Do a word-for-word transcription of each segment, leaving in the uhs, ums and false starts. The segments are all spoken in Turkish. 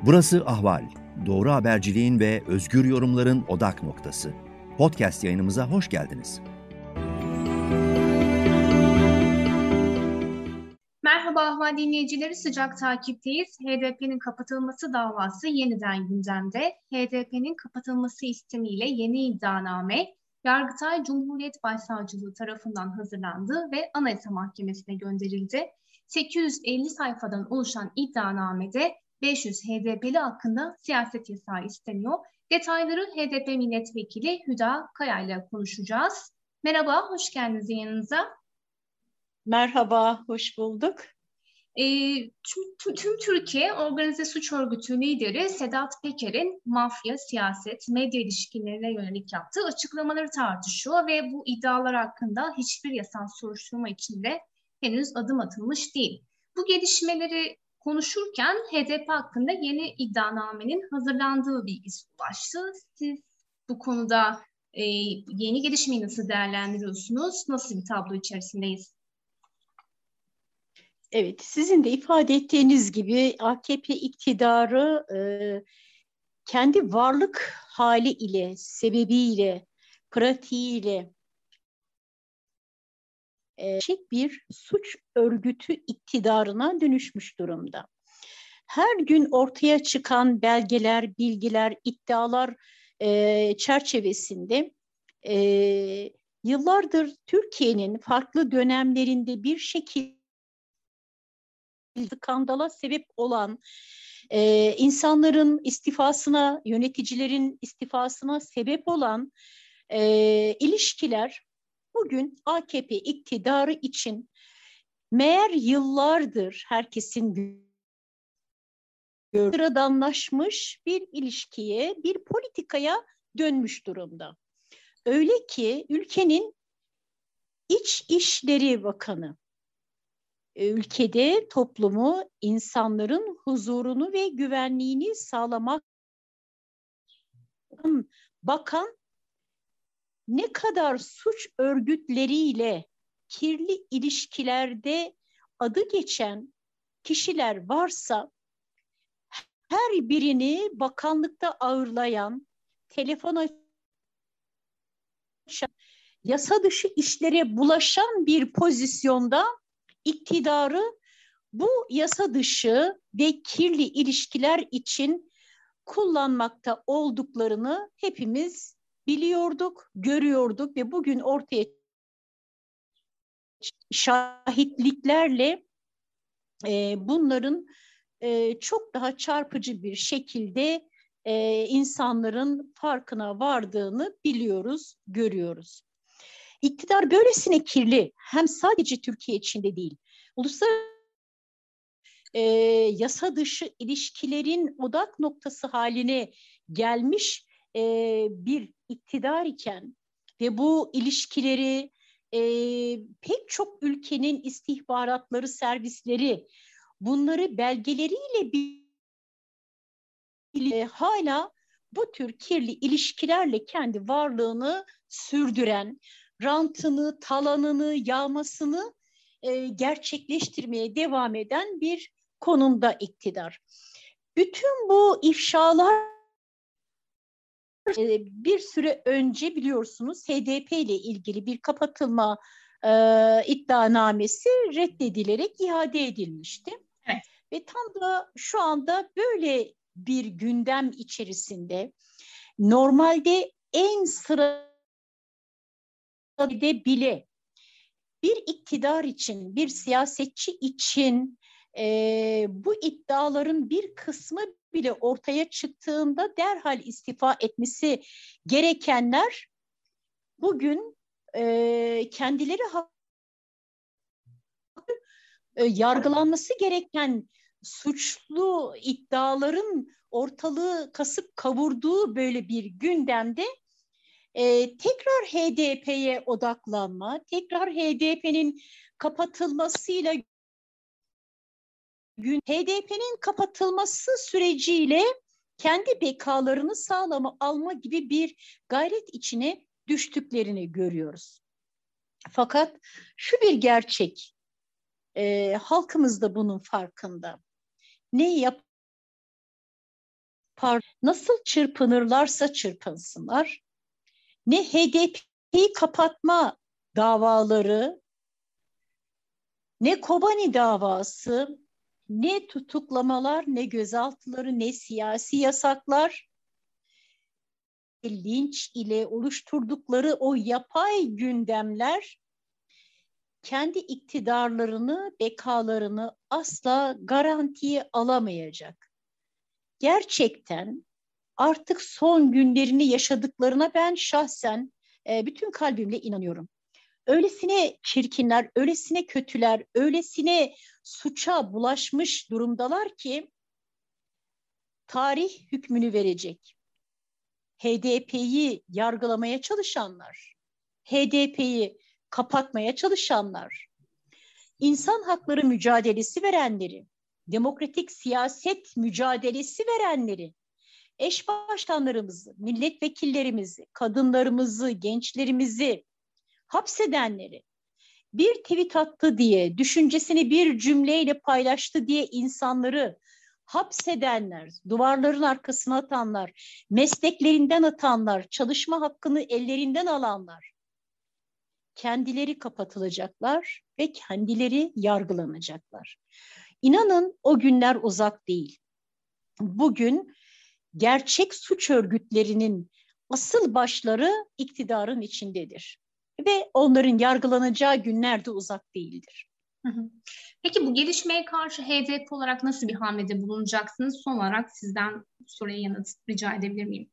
Burası Ahval, doğru haberciliğin ve özgür yorumların odak noktası. Podcast yayınımıza hoş geldiniz. Merhaba Ahval dinleyicileri, sıcak takipteyiz. H D P'nin kapatılması davası yeniden gündemde. H D P'nin kapatılması istemiyle yeni iddianame Yargıtay Cumhuriyet Başsavcılığı tarafından hazırlandı ve Anayasa Mahkemesi'ne gönderildi. sekiz yüz elli sayfadan oluşan iddianamede beş yüz H D P'li hakkında siyaset yasağı isteniyor. Detayları H D P Milletvekili Hüda Kaya ile konuşacağız. Merhaba, hoş geldiniz yanınıza. Merhaba, hoş bulduk. E, tüm, tüm Türkiye Organize Suç Örgütü lideri Sedat Peker'in mafya, siyaset, medya ilişkilerine yönelik yaptığı açıklamaları tartışıyor ve bu iddialar hakkında hiçbir yasal soruşturma içinde henüz adım atılmış değil. Bu gelişmeleri konuşurken H D P hakkında yeni iddianamenin hazırlandığı bilgisi ulaştı. Siz bu konuda e, yeni gelişmeyi nasıl değerlendiriyorsunuz? Nasıl bir tablo içerisindeyiz? Evet, sizin de ifade ettiğiniz gibi A K P iktidarı e, kendi varlık hali ile, sebebiyle, pratiğiyle e, bir suç örgütü iktidarına dönüşmüş durumda. Her gün ortaya çıkan belgeler, bilgiler, iddialar e, çerçevesinde e, yıllardır Türkiye'nin farklı dönemlerinde bir şekilde skandala sebep olan, e, insanların istifasına, yöneticilerin istifasına sebep olan e, ilişkiler bugün A K P iktidarı için meğer yıllardır herkesin sıradanlaşmış bir ilişkiye, bir politikaya dönmüş durumda. Öyle ki ülkenin İç İşleri Bakanı, ülkede toplumu, insanların huzurunu ve güvenliğini sağlamak bakan ne kadar suç örgütleriyle kirli ilişkilerde adı geçen kişiler varsa her birini bakanlıkta ağırlayan, telefon açan, yasa dışı işlere bulaşan bir pozisyonda iktidarı bu yasa dışı ve kirli ilişkiler için kullanmakta olduklarını hepimiz biliyorduk, görüyorduk ve bugün ortaya şahitliklerle e, bunların e, çok daha çarpıcı bir şekilde e, insanların farkına vardığını biliyoruz, görüyoruz. İktidar böylesine kirli, hem sadece Türkiye içinde değil, uluslararası e, yasa dışı ilişkilerin odak noktası haline gelmiş e, bir iktidar iken ve bu ilişkileri e, pek çok ülkenin istihbaratları, servisleri bunları belgeleriyle bir e, hala bu tür kirli ilişkilerle kendi varlığını sürdüren, rantını, talanını, yağmasını e, gerçekleştirmeye devam eden bir konumda iktidar. Bütün bu ifşalar e, bir süre önce biliyorsunuz H D P ile ilgili bir kapatılma e, iddianamesi reddedilerek iade edilmişti. Evet. Ve tam da şu anda böyle bir gündem içerisinde normalde en sırada bile bir iktidar için, bir siyasetçi için e, bu iddiaların bir kısmı bile ortaya çıktığında derhal istifa etmesi gerekenler bugün e, kendileri e, yargılanması gereken suçlu iddiaların ortalığı kasıp kavurduğu böyle bir gündemde e, tekrar H D P'ye odaklanma, tekrar H D P'nin kapatılmasıyla H D P'nin kapatılması süreciyle kendi bekalarını sağlama alma gibi bir gayret içine düştüklerini görüyoruz. Fakat şu bir gerçek, e, halkımız da bunun farkında. Ne yap nasıl çırpınırlarsa çırpınsınlar, ne H D P'yi kapatma davaları, ne Kobani davası, ne tutuklamalar, ne gözaltıları, ne siyasi yasaklar, linç ile oluşturdukları o yapay gündemler kendi iktidarlarını, bekalarını asla garantiye alamayacak. Gerçekten artık son günlerini yaşadıklarına ben şahsen e, bütün kalbimle inanıyorum. Öylesine çirkinler, öylesine kötüler, öylesine suça bulaşmış durumdalar ki tarih hükmünü verecek. H D P'yi yargılamaya çalışanlar, H D P'yi kapatmaya çalışanlar, insan hakları mücadelesi verenleri, demokratik siyaset mücadelesi verenleri, eş başkanlarımızı, milletvekillerimizi, kadınlarımızı, gençlerimizi hapsedenleri, bir tweet attı diye, düşüncesini bir cümleyle paylaştı diye insanları hapsedenler, duvarların arkasına atanlar, mesleklerinden atanlar, çalışma hakkını ellerinden alanlar, kendileri kapatılacaklar ve kendileri yargılanacaklar. İnanın o günler uzak değil. Bugün gerçek suç örgütlerinin asıl başları iktidarın içindedir. Ve onların yargılanacağı günler de uzak değildir. Peki bu gelişmeye karşı H D P olarak nasıl bir hamlede bulunacaksınız? Son olarak sizden soruya yanıt rica edebilir miyim?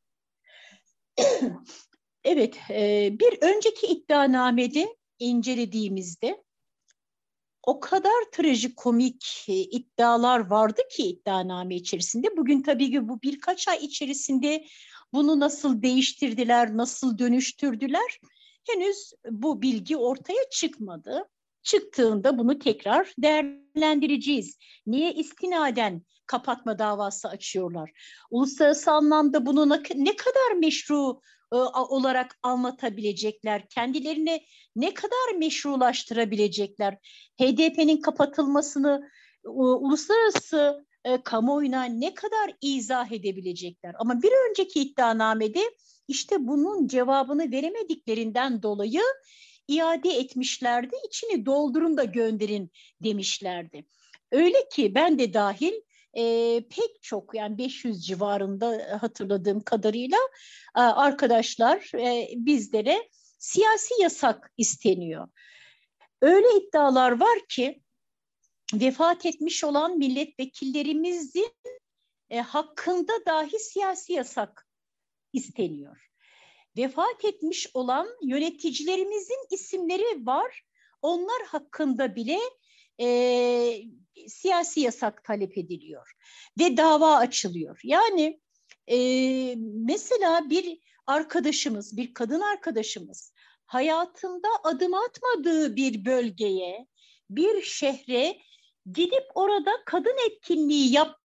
Evet, bir önceki iddianamede incelediğimizde o kadar trajikomik iddialar vardı ki iddianame içerisinde. Bugün tabii ki bu birkaç ay içerisinde bunu nasıl değiştirdiler, nasıl dönüştürdüler? Henüz bu bilgi ortaya çıkmadı. Çıktığında bunu tekrar değerlendireceğiz. Niye istinaden kapatma davası açıyorlar? Uluslararası anlamda bunu ne kadar meşru olarak anlatabilecekler? Kendilerine ne kadar meşrulaştırabilecekler? H D P'nin kapatılmasını uluslararası e, kamuoyuna ne kadar izah edebilecekler? Ama bir önceki iddianamede işte bunun cevabını veremediklerinden dolayı iade etmişlerdi. İçini doldurun da gönderin demişlerdi. Öyle ki ben de dahil e, pek çok, yani beş yüz civarında hatırladığım kadarıyla e, arkadaşlar e, bizlere siyasi yasak isteniyor. Öyle iddialar var ki vefat etmiş olan milletvekillerimizin e, hakkında dahi siyasi yasak isteniyor. Vefat etmiş olan yöneticilerimizin isimleri var. Onlar hakkında bile e, siyasi yasak talep ediliyor ve dava açılıyor. Yani e, mesela bir arkadaşımız, bir kadın arkadaşımız hayatında adım atmadığı bir bölgeye, bir şehre gidip orada kadın etkinliği yap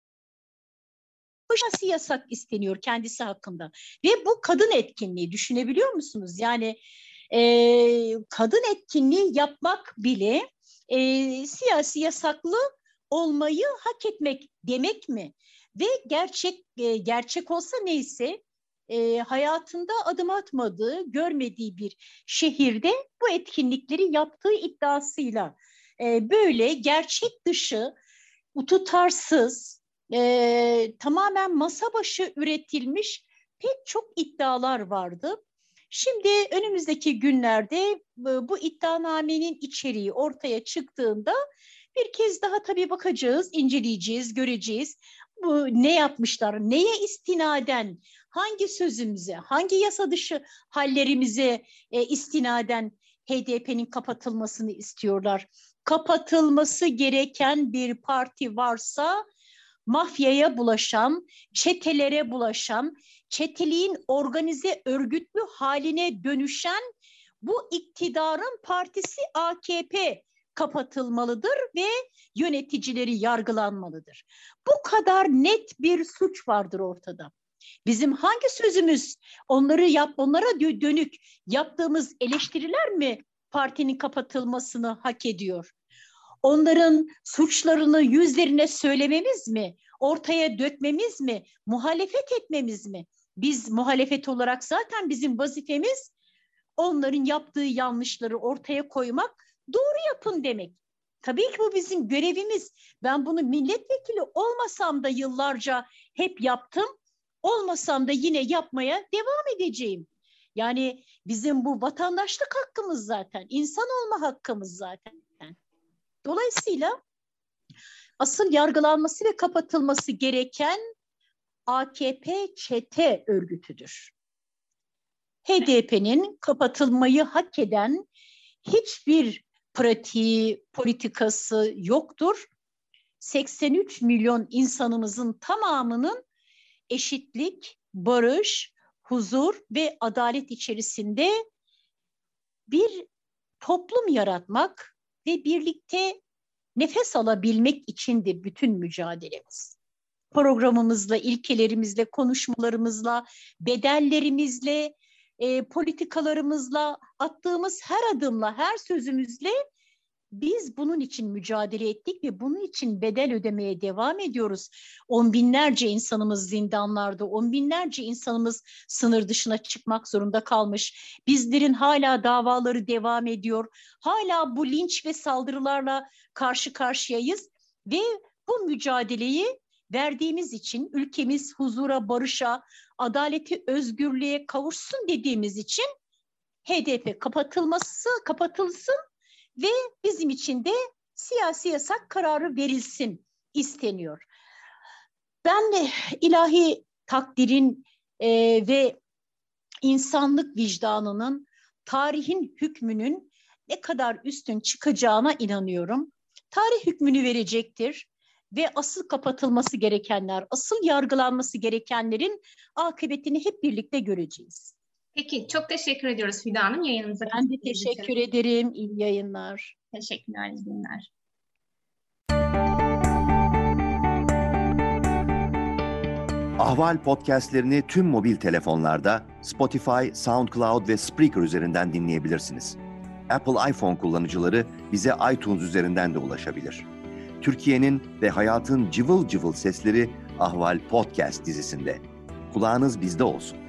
siyasi yasak isteniyor kendisi hakkında. Ve bu kadın etkinliği, düşünebiliyor musunuz? Yani e, kadın etkinliği yapmak bile e, siyasi yasaklı olmayı hak etmek demek mi? Ve gerçek e, gerçek olsa neyse e, hayatında adım atmadığı, görmediği bir şehirde bu etkinlikleri yaptığı iddiasıyla e, böyle gerçek dışı, tutarsız, e, tamamen masa başı üretilmiş pek çok iddialar vardı. Şimdi önümüzdeki günlerde bu iddianamenin içeriği ortaya çıktığında bir kez daha tabii bakacağız, inceleyeceğiz, göreceğiz. Bu ne yapmışlar, neye istinaden, hangi sözümüze, hangi yasa dışı hallerimize e, istinaden H D P'nin kapatılmasını istiyorlar. Kapatılması gereken bir parti varsa mafyaya bulaşan, çetelere bulaşan, çeteliğin organize örgütlü haline dönüşen bu iktidarın partisi A K P kapatılmalıdır ve yöneticileri yargılanmalıdır. Bu kadar net bir suç vardır ortada. Bizim hangi sözümüz onları yap, onlara dönük yaptığımız eleştiriler mi partinin kapatılmasını hak ediyor? Onların suçlarını yüzlerine söylememiz mi ortaya dökmemiz mi, muhalefet etmemiz mi? Biz muhalefet olarak zaten bizim vazifemiz onların yaptığı yanlışları ortaya koymak, doğru yapın demek. Tabii ki bu bizim görevimiz. Ben bunu milletvekili olmasam da yıllarca hep yaptım. Olmasam da yine yapmaya devam edeceğim. Yani bizim bu vatandaşlık hakkımız zaten, insan olma hakkımız zaten. Dolayısıyla asıl yargılanması ve kapatılması gereken A K P çete örgütüdür. H D P'nin kapatılmayı hak eden hiçbir pratiği, politikası yoktur. seksen üç milyon insanımızın tamamının eşitlik, barış, huzur ve adalet içerisinde bir toplum yaratmak ve birlikte nefes alabilmek içindir bütün mücadelemiz. Programımızla, ilkelerimizle, konuşmalarımızla, bedellerimizle, e, politikalarımızla, attığımız her adımla, her sözümüzle biz bunun için mücadele ettik ve bunun için bedel ödemeye devam ediyoruz. On binlerce insanımız zindanlarda, on binlerce insanımız sınır dışına çıkmak zorunda kalmış. Bizlerin hala davaları devam ediyor. Hala bu linç ve saldırılarla karşı karşıyayız ve bu mücadeleyi verdiğimiz için ülkemiz huzura, barışa, adaleti, özgürlüğe kavuşsun dediğimiz için H D P kapatılması, kapatılsın ve bizim için de siyasi yasak kararı verilsin isteniyor. Ben de ilahi takdirin e, ve insanlık vicdanının, tarihin hükmünün ne kadar üstün çıkacağına inanıyorum. Tarih hükmünü verecektir ve asıl kapatılması gerekenler, asıl yargılanması gerekenlerin akıbetini hep birlikte göreceğiz. Peki, çok teşekkür ediyoruz Fidan Hanım yayınımıza. Ben de teşekkür ederim. İyi yayınlar. Teşekkürler, iyi günler. Ahval podcastlerini tüm mobil telefonlarda Spotify, SoundCloud ve Spreaker üzerinden dinleyebilirsiniz. Apple iPhone kullanıcıları bize iTunes üzerinden de ulaşabilir. Türkiye'nin ve hayatın cıvıl cıvıl sesleri Ahval Podcast dizisinde. Kulağınız bizde olsun.